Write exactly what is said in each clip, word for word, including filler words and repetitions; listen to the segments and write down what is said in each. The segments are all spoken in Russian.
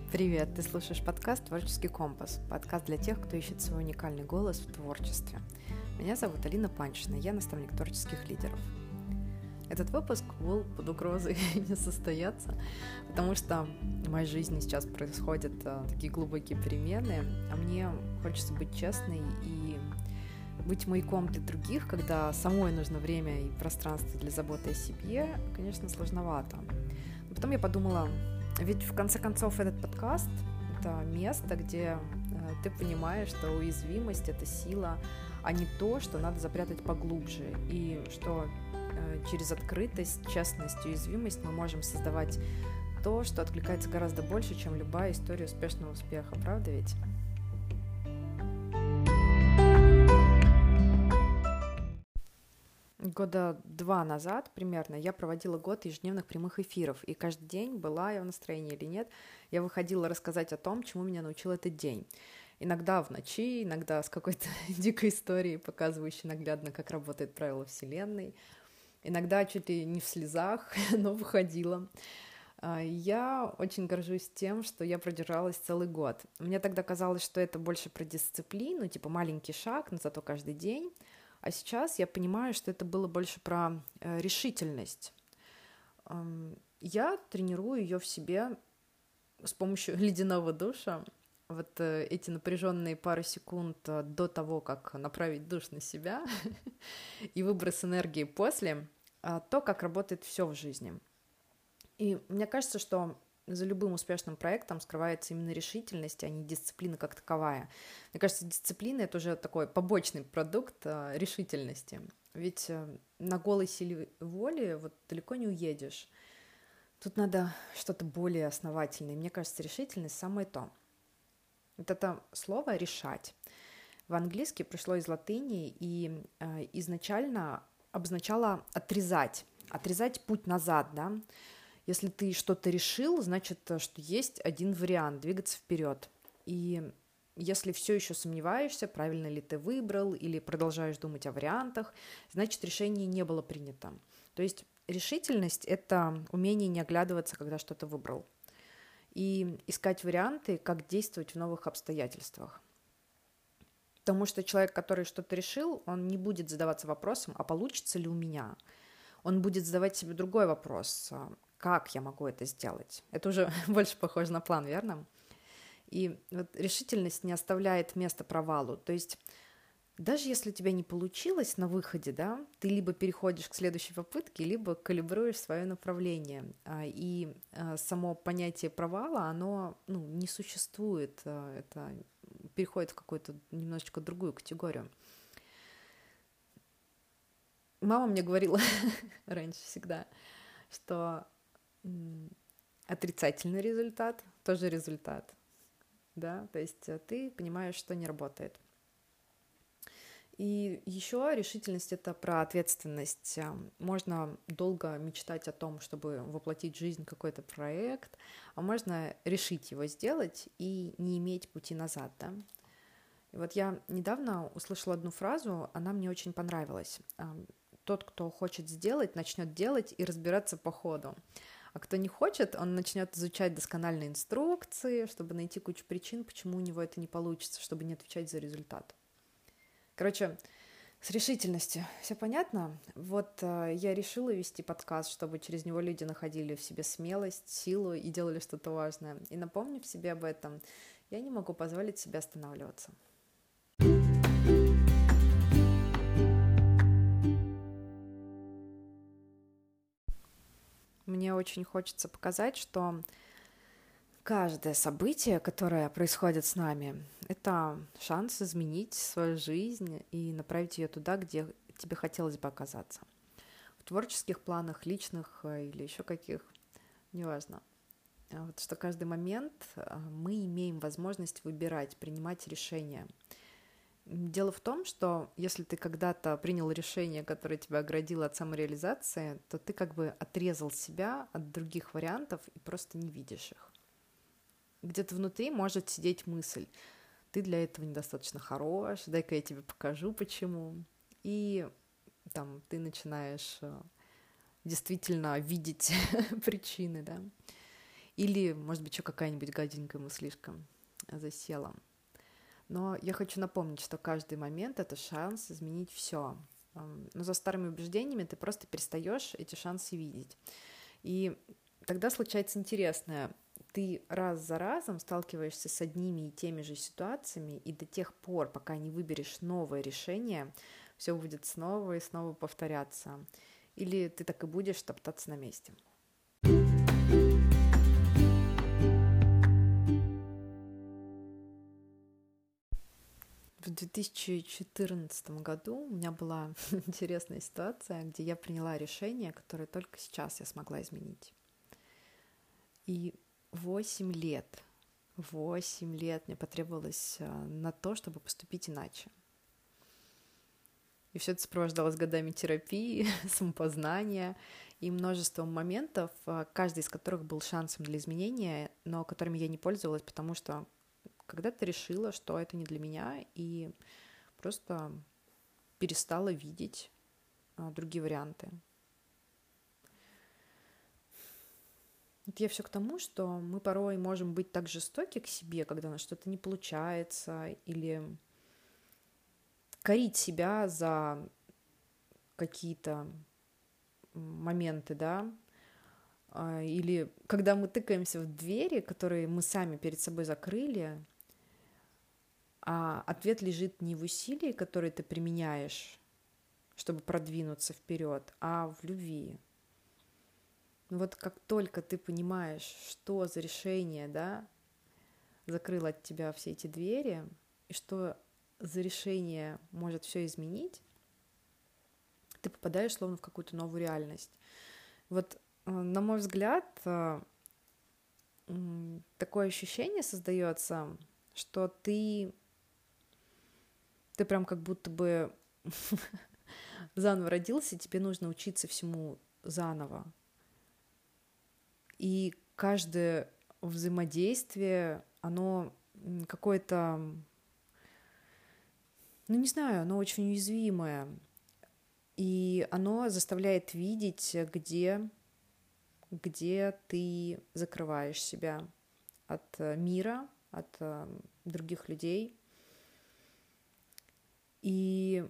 Привет, ты слушаешь подкаст «Творческий компас», подкаст для тех, кто ищет свой уникальный голос в творчестве. Меня зовут Алина Панчина, я наставник творческих лидеров. Этот выпуск был под угрозой не состояться, потому что в моей жизни сейчас происходят а, такие глубокие перемены, а мне хочется быть честной и быть маяком для других, когда самой нужно время и пространство для заботы о себе, конечно, сложновато. Но потом я подумала, ведь в конце концов этот подкаст — это место, где э, ты понимаешь, что уязвимость — это сила, а не то, что надо запрятать поглубже, и что э, через открытость, честность, уязвимость мы можем создавать то, что откликается гораздо больше, чем любая история успешного успеха, правда ведь? Года два назад примерно я проводила год ежедневных прямых эфиров, и каждый день, была я в настроении или нет, я выходила рассказать о том, чему меня научил этот день. Иногда в ночи, иногда с какой-то дикой историей, показывающей наглядно, как работает правило Вселенной, иногда чуть ли не в слезах, но выходила. Я очень горжусь тем, что я продержалась целый год. Мне тогда казалось, что это больше про дисциплину, типа маленький шаг, но зато каждый день. А сейчас я понимаю, что это было больше про э, решительность. Эм, я тренирую ее в себе с помощью ледяного душа. Вот э, эти напряженные пару секунд э, до того, как направить душ на себя, и выброс энергии после, э, то, как работает все в жизни. И мне кажется, что за любым успешным проектом скрывается именно решительность, а не дисциплина как таковая. Мне кажется, дисциплина — это уже такой побочный продукт а, решительности. Ведь а, на голой силе воли вот далеко не уедешь. Тут надо что-то более основательное. Мне кажется, решительность — самое то. Вот это слово «решать» в английский пришло из латыни и а, изначально обозначало «отрезать», «отрезать путь назад», да. Если ты что-то решил, значит, что есть один вариант — двигаться вперед. И если все еще сомневаешься, правильно ли ты выбрал, или продолжаешь думать о вариантах, значит, решение не было принято. То есть решительность — это умение не оглядываться, когда что-то выбрал, и искать варианты, как действовать в новых обстоятельствах. Потому что человек, который что-то решил, он не будет задаваться вопросом, а получится ли у меня. Он будет задавать себе другой вопрос: как я могу это сделать? Это уже больше похоже на план, верно? И вот решительность не оставляет места провалу. То есть даже если у тебя не получилось на выходе, да, ты либо переходишь к следующей попытке, либо калибруешь свое направление. И само понятие провала, оно ну, не существует. Это переходит в какую-то немножечко другую категорию. Мама мне говорила раньше всегда, что отрицательный результат тоже результат, да, то есть ты понимаешь, что не работает. И еще решительность — это про ответственность. Можно долго мечтать о том, чтобы воплотить в жизнь какой-то проект, а можно решить его сделать и не иметь пути назад, да. И вот я недавно услышала одну фразу, она мне очень понравилась. Тот, кто хочет сделать, начнет делать и разбираться по ходу. А кто не хочет, он начнет изучать доскональные инструкции, чтобы найти кучу причин, почему у него это не получится, чтобы не отвечать за результат. Короче, с решительностью все понятно? Вот э, я решила вести подкаст, чтобы через него люди находили в себе смелость, силу и делали что-то важное. И напомнив себе об этом, я не могу позволить себе останавливаться. Мне очень хочется показать, что каждое событие, которое происходит с нами, это шанс изменить свою жизнь и направить ее туда, где тебе хотелось бы оказаться. В творческих планах, личных или еще каких, неважно. Вот что каждый момент мы имеем возможность выбирать, принимать решения. Дело в том, что если ты когда-то принял решение, которое тебя оградило от самореализации, то ты как бы отрезал себя от других вариантов и просто не видишь их. Где-то внутри может сидеть мысль: ты для этого недостаточно хорош, дай-ка я тебе покажу, почему. И там ты начинаешь действительно видеть причины, да. Или, может быть, еще какая-нибудь гаденькая мыслишка засела. Но я хочу напомнить, что каждый момент — это шанс изменить все. Но за старыми убеждениями ты просто перестаешь эти шансы видеть. И тогда случается интересное. Ты раз за разом сталкиваешься с одними и теми же ситуациями, и до тех пор, пока не выберешь новое решение, все будет снова и снова повторяться. Или ты так и будешь топтаться на месте. В две тысячи четырнадцатом году у меня была интересная ситуация, где я приняла решение, которое только сейчас я смогла изменить. И восемь лет, восемь лет мне потребовалось на то, чтобы поступить иначе. И все это сопровождалось годами терапии, самопознания и множеством моментов, каждый из которых был шансом для изменения, но которыми я не пользовалась, потому что когда-то решила, что это не для меня, и просто перестала видеть а, другие варианты. Вот я все к тому, что мы порой можем быть так жестоки к себе, когда у нас что-то не получается, или корить себя за какие-то моменты, да, или когда мы тыкаемся в двери, которые мы сами перед собой закрыли, а ответ лежит не в усилии, которые ты применяешь, чтобы продвинуться вперед, а в любви. Вот как только ты понимаешь, что за решение, да, закрыло от тебя все эти двери, и что за решение может все изменить, ты попадаешь словно в какую-то новую реальность. Вот, на мой взгляд, такое ощущение создается, что ты, ты прям как будто бы заново родился, и тебе нужно учиться всему заново. И каждое взаимодействие, оно какое-то, ну не знаю, оно очень уязвимое. И оно заставляет видеть, где, где ты закрываешь себя от мира, от других людей. И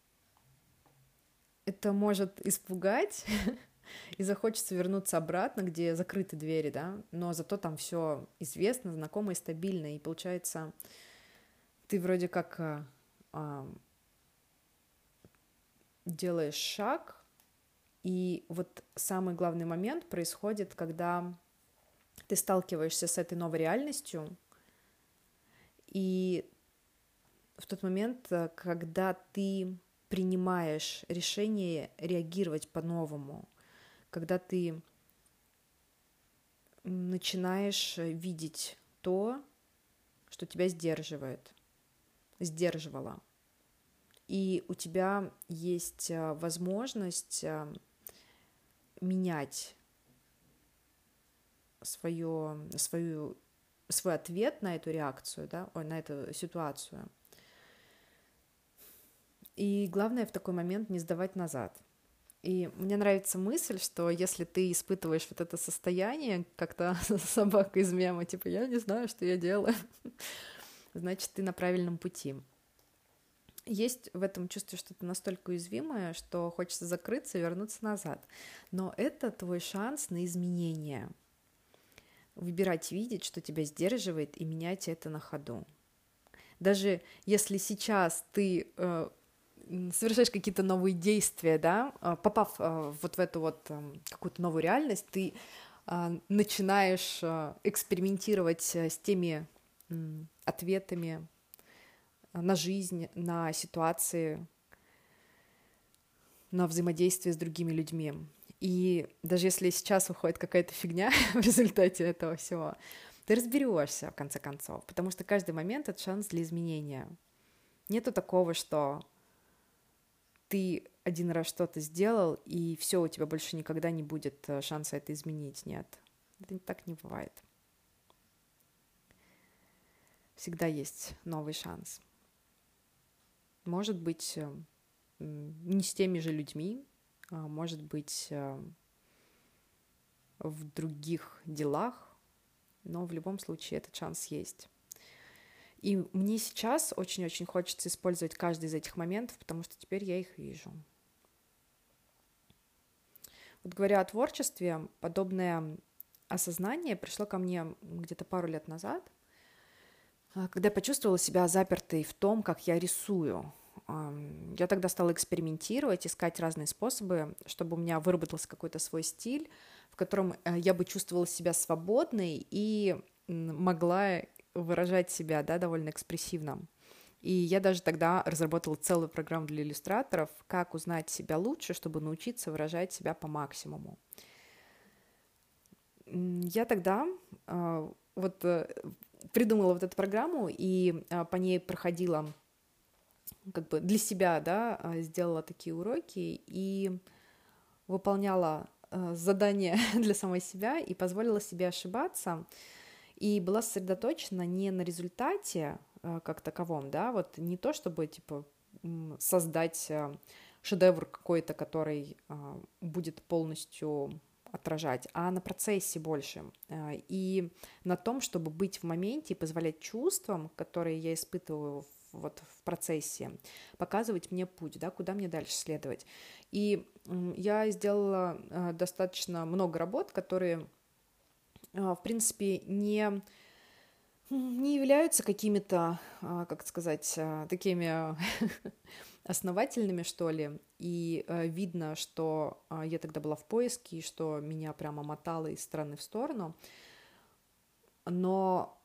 это может испугать, и захочется вернуться обратно, где закрыты двери, да, но зато там все известно, знакомо и стабильно, и получается, ты вроде как а, а, делаешь шаг, и вот самый главный момент происходит, когда ты сталкиваешься с этой новой реальностью, и в тот момент, когда ты принимаешь решение реагировать по-новому, когда ты начинаешь видеть то, что тебя сдерживает, сдерживало. И у тебя есть возможность менять свое, свою, свой ответ на эту реакцию, да, на эту ситуацию. И главное в такой момент не сдавать назад. И мне нравится мысль, что если ты испытываешь вот это состояние, как-то собака из мема, типа, я не знаю, что я делаю, значит, ты на правильном пути. Есть в этом чувстве что-то настолько уязвимое, что хочется закрыться и вернуться назад. Но это твой шанс на изменение. Выбирать, видеть, что тебя сдерживает, и менять это на ходу. Даже если сейчас ты э, совершаешь какие-то новые действия, да, попав э, вот в эту вот э, какую-то новую реальность, ты э, начинаешь э, экспериментировать с теми э, ответами на жизнь, на ситуации, на взаимодействие с другими людьми. И даже если сейчас уходит какая-то фигня в результате этого всего, ты разберешься в конце концов, потому что каждый момент — это шанс для изменения. Нету такого, что ты один раз что-то сделал, и все, у тебя больше никогда не будет шанса это изменить. Нет, это так не бывает. Всегда есть новый шанс. Может быть, не с теми же людьми, а может быть, в других делах, но в любом случае этот шанс есть. И мне сейчас очень-очень хочется использовать каждый из этих моментов, потому что теперь я их вижу. Вот говоря о творчестве, подобное осознание пришло ко мне где-то пару лет назад, когда я почувствовала себя запертой в том, как я рисую. Я тогда стала экспериментировать, искать разные способы, чтобы у меня выработался какой-то свой стиль, в котором я бы чувствовала себя свободной и могла выражать себя, да, довольно экспрессивно. И я даже тогда разработала целую программу для иллюстраторов, как узнать себя лучше, чтобы научиться выражать себя по максимуму. Я тогда э, вот э, придумала вот эту программу и э, по ней проходила, как бы для себя, да, э, сделала такие уроки и выполняла э, задания для самой себя и позволила себе ошибаться. И была сосредоточена не на результате э, как таковом, да, вот не то, чтобы, типа, создать э, шедевр какой-то, который э, будет полностью отражать, а на процессе больше. Э, и на том, чтобы быть в моменте и позволять чувствам, которые я испытываю в, вот в процессе, показывать мне путь, да, куда мне дальше следовать. И э, я сделала э, достаточно много работ, которые в принципе, не, не являются какими-то, как сказать, такими основательными, что ли. И видно, что я тогда была в поиске, и что меня прямо мотало из стороны в сторону. Но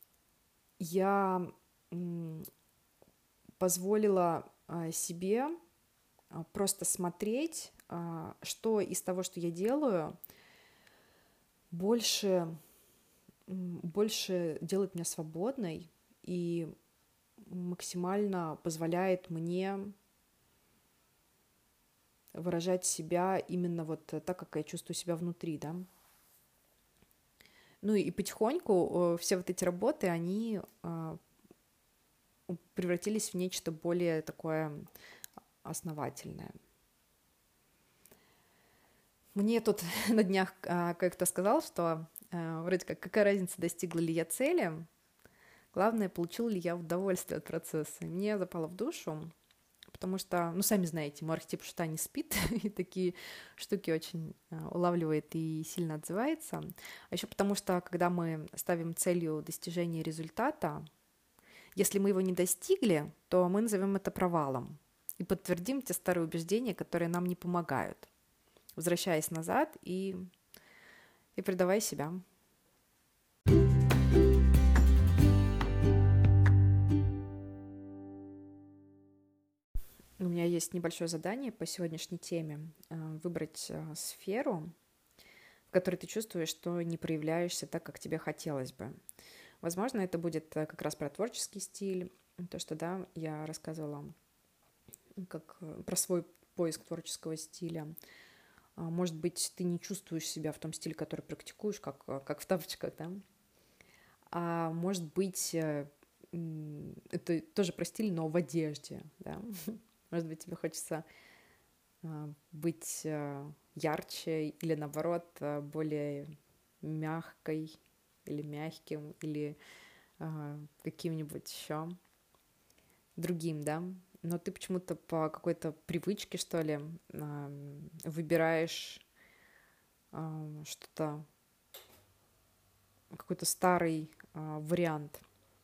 я позволила себе просто смотреть, что из того, что я делаю, больше, больше делает меня свободной и максимально позволяет мне выражать себя именно вот так, как я чувствую себя внутри, да. Ну и потихоньку все вот эти работы, они превратились в нечто более такое основательное. Мне тут на днях как-то сказал, что вроде как, какая разница, достигла ли я цели, главное, получил ли я удовольствие от процесса. И мне запало в душу, потому что, ну, сами знаете, мой архетип шута не спит, и такие штуки очень улавливает и сильно отзывается. А еще потому что, когда мы ставим целью достижения результата, если мы его не достигли, то мы назовем это провалом и подтвердим те старые убеждения, которые нам не помогают, возвращаясь назад и, и предавая себя. У меня есть небольшое задание по сегодняшней теме. Выбрать сферу, в которой ты чувствуешь, что не проявляешься так, как тебе хотелось бы. Возможно, это будет как раз про творческий стиль, то, что, да, я рассказывала как про свой поиск творческого стиля. Может быть, ты не чувствуешь себя в том стиле, который практикуешь, как, как в тапочках, да? А может быть, это тоже про стиль, но в одежде, да? Может быть, тебе хочется быть ярче или, наоборот, более мягкой или мягким, или каким-нибудь еще другим, да? Но ты почему-то по какой-то привычке, что ли, выбираешь что-то, какой-то старый вариант,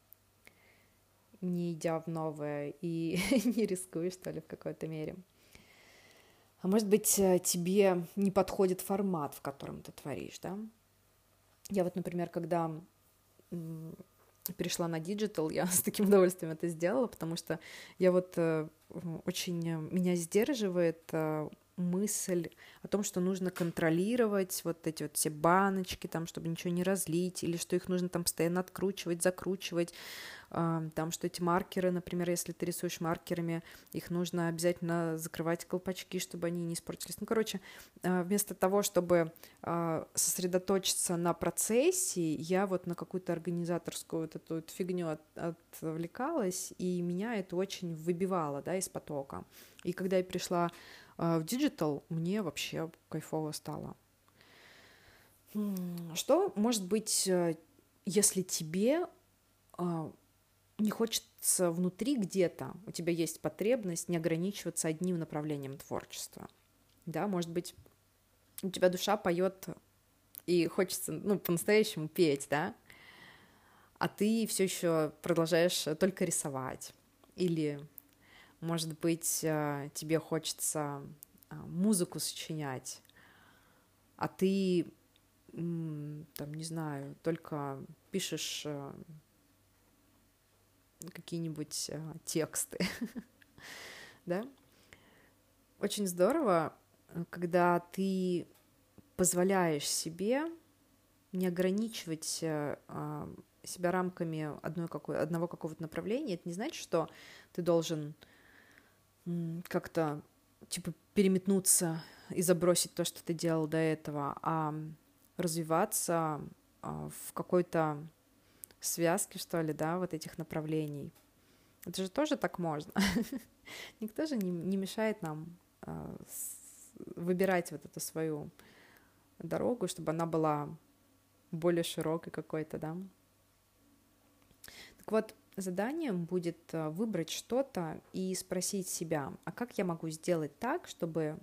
не идя в новое и не рискуешь, что ли, в какой-то мере. А может быть, тебе не подходит формат, в котором ты творишь, да? Я вот, например, когда перешла на диджитал, я с таким удовольствием это сделала, потому что я вот э, очень, меня сдерживает э, мысль о том, что нужно контролировать вот эти вот все баночки, там, чтобы ничего не разлить, или что их нужно там постоянно откручивать, закручивать, э, там, что эти маркеры, например, если ты рисуешь маркерами, их нужно обязательно закрывать колпачки, чтобы они не испортились. Ну, короче, э, вместо того, чтобы э, сосредоточиться на процессе, я вот на какую-то организаторскую вот эту вот фигню от, отвлекалась, и меня это очень выбивало, да, из потока. И когда я пришла в диджитал, мне вообще кайфово стало. Что может быть если тебе э, не хочется внутри где-то, у тебя есть потребность не ограничиваться одним направлением творчества, да, может быть, у тебя душа поет и хочется, ну, по-настоящему петь, да, а ты все еще продолжаешь только рисовать, или, может быть, э, тебе хочется э, музыку сочинять, а ты, м, там, не знаю, только пишешь э, какие-нибудь э, тексты, да? Очень здорово, э, когда ты позволяешь себе не ограничивать э, а, себя рамками одной какой, одного какого-то направления. Это не значит, что ты должен м, как-то типа переметнуться и забросить то, что ты делал до этого, а развиваться а, в какой-то связке, что ли, да, вот этих направлений. Это же тоже так можно. Никто же не, не мешает нам а, с- выбирать вот эту свою дорогу, чтобы она была более широкой какой-то, да. Так вот, заданием будет а, выбрать что-то и спросить себя, а как я могу сделать так, чтобы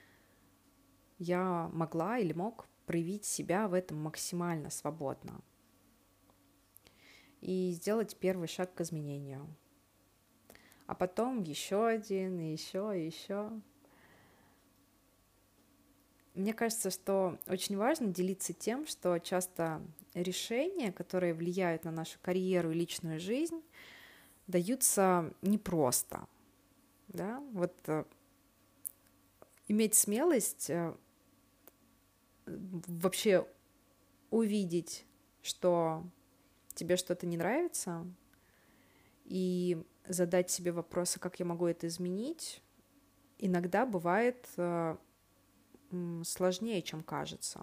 я могла или мог проявить себя в этом максимально свободно и сделать первый шаг к изменению. А потом еще один, и еще, и еще. Мне кажется, что очень важно делиться тем, что часто решения, которые влияют на нашу карьеру и личную жизнь, даются непросто. Да? Вот э, иметь смелость э, вообще увидеть, что тебе что-то не нравится, и задать себе вопрос, а как я могу это изменить, иногда бывает э, м, сложнее, чем кажется.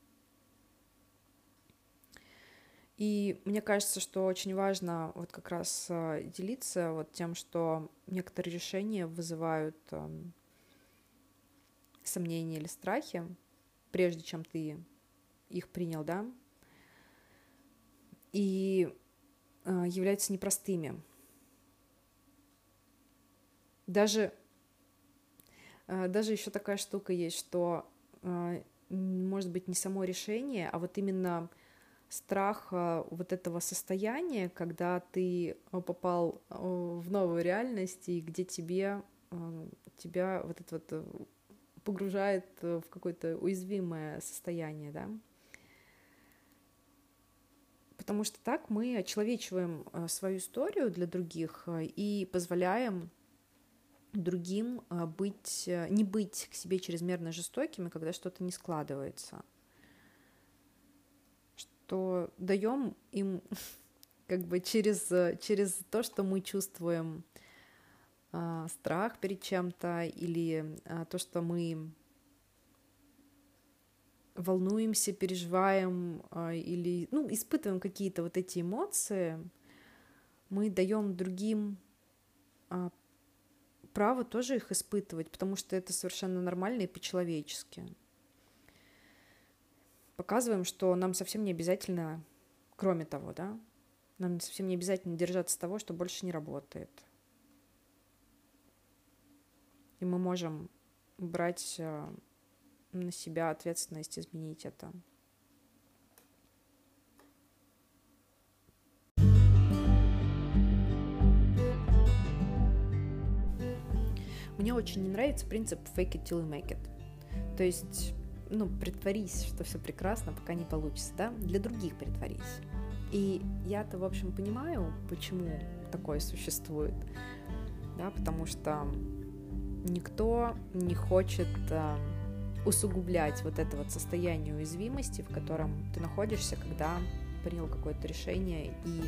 И мне кажется, что очень важно вот как раз э, делиться вот тем, что некоторые решения вызывают э, сомнения или страхи, прежде чем ты их принял, да, и э, являются непростыми. Даже, э, даже еще такая штука есть, что э, может быть не само решение, а вот именно страх э, вот этого состояния, когда ты э, попал э, в новую реальность, и где тебе, э, тебя вот это вот э, погружает э, в какое-то уязвимое состояние, да. Потому что так мы очеловечиваем э, свою историю для других э, и позволяем другим э, быть, э, не быть к себе чрезмерно жестокими, когда что-то не складывается. Что даем им как бы через, э, через то, что мы чувствуем э, страх перед чем-то или э, то, что мы волнуемся, переживаем э, или ну, испытываем какие-то вот эти эмоции, мы даем другим э, право тоже их испытывать, потому что это совершенно нормально и по-человечески. Показываем, что нам совсем не обязательно, кроме того, да, нам совсем не обязательно держаться того, что больше не работает. И мы можем брать э, на себя ответственность изменить это. Мне очень не нравится принцип fake it till you make it. То есть, ну, притворись, что все прекрасно, пока не получится, да? Для других притворись. И я-то, в общем, понимаю, почему такое существует, да, потому что никто не хочет э, усугублять вот это вот состояние уязвимости, в котором ты находишься, когда принял какое-то решение, и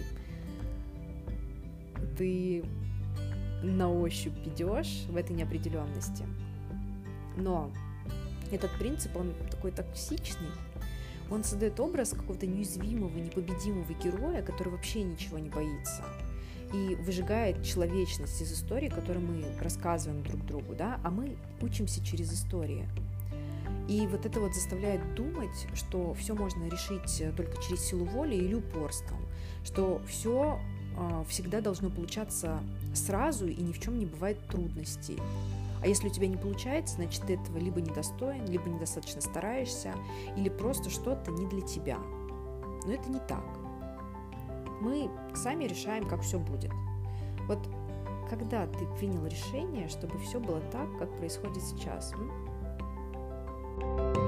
ты на ощупь идешь в этой неопределенности. Но этот принцип, он такой токсичный, он создает образ какого-то неуязвимого, непобедимого героя, который вообще ничего не боится, и выжигает человечность из истории, которую мы рассказываем друг другу, да, а мы учимся через истории. И вот это вот заставляет думать, что все можно решить только через силу воли или упорством, что все всегда должно получаться сразу и ни в чем не бывает трудностей. А если у тебя не получается, значит, ты этого либо недостоин, либо недостаточно стараешься, или просто что-то не для тебя. Но это не так. Мы сами решаем, как все будет. Вот когда ты принял решение, чтобы все было так, как происходит сейчас? М?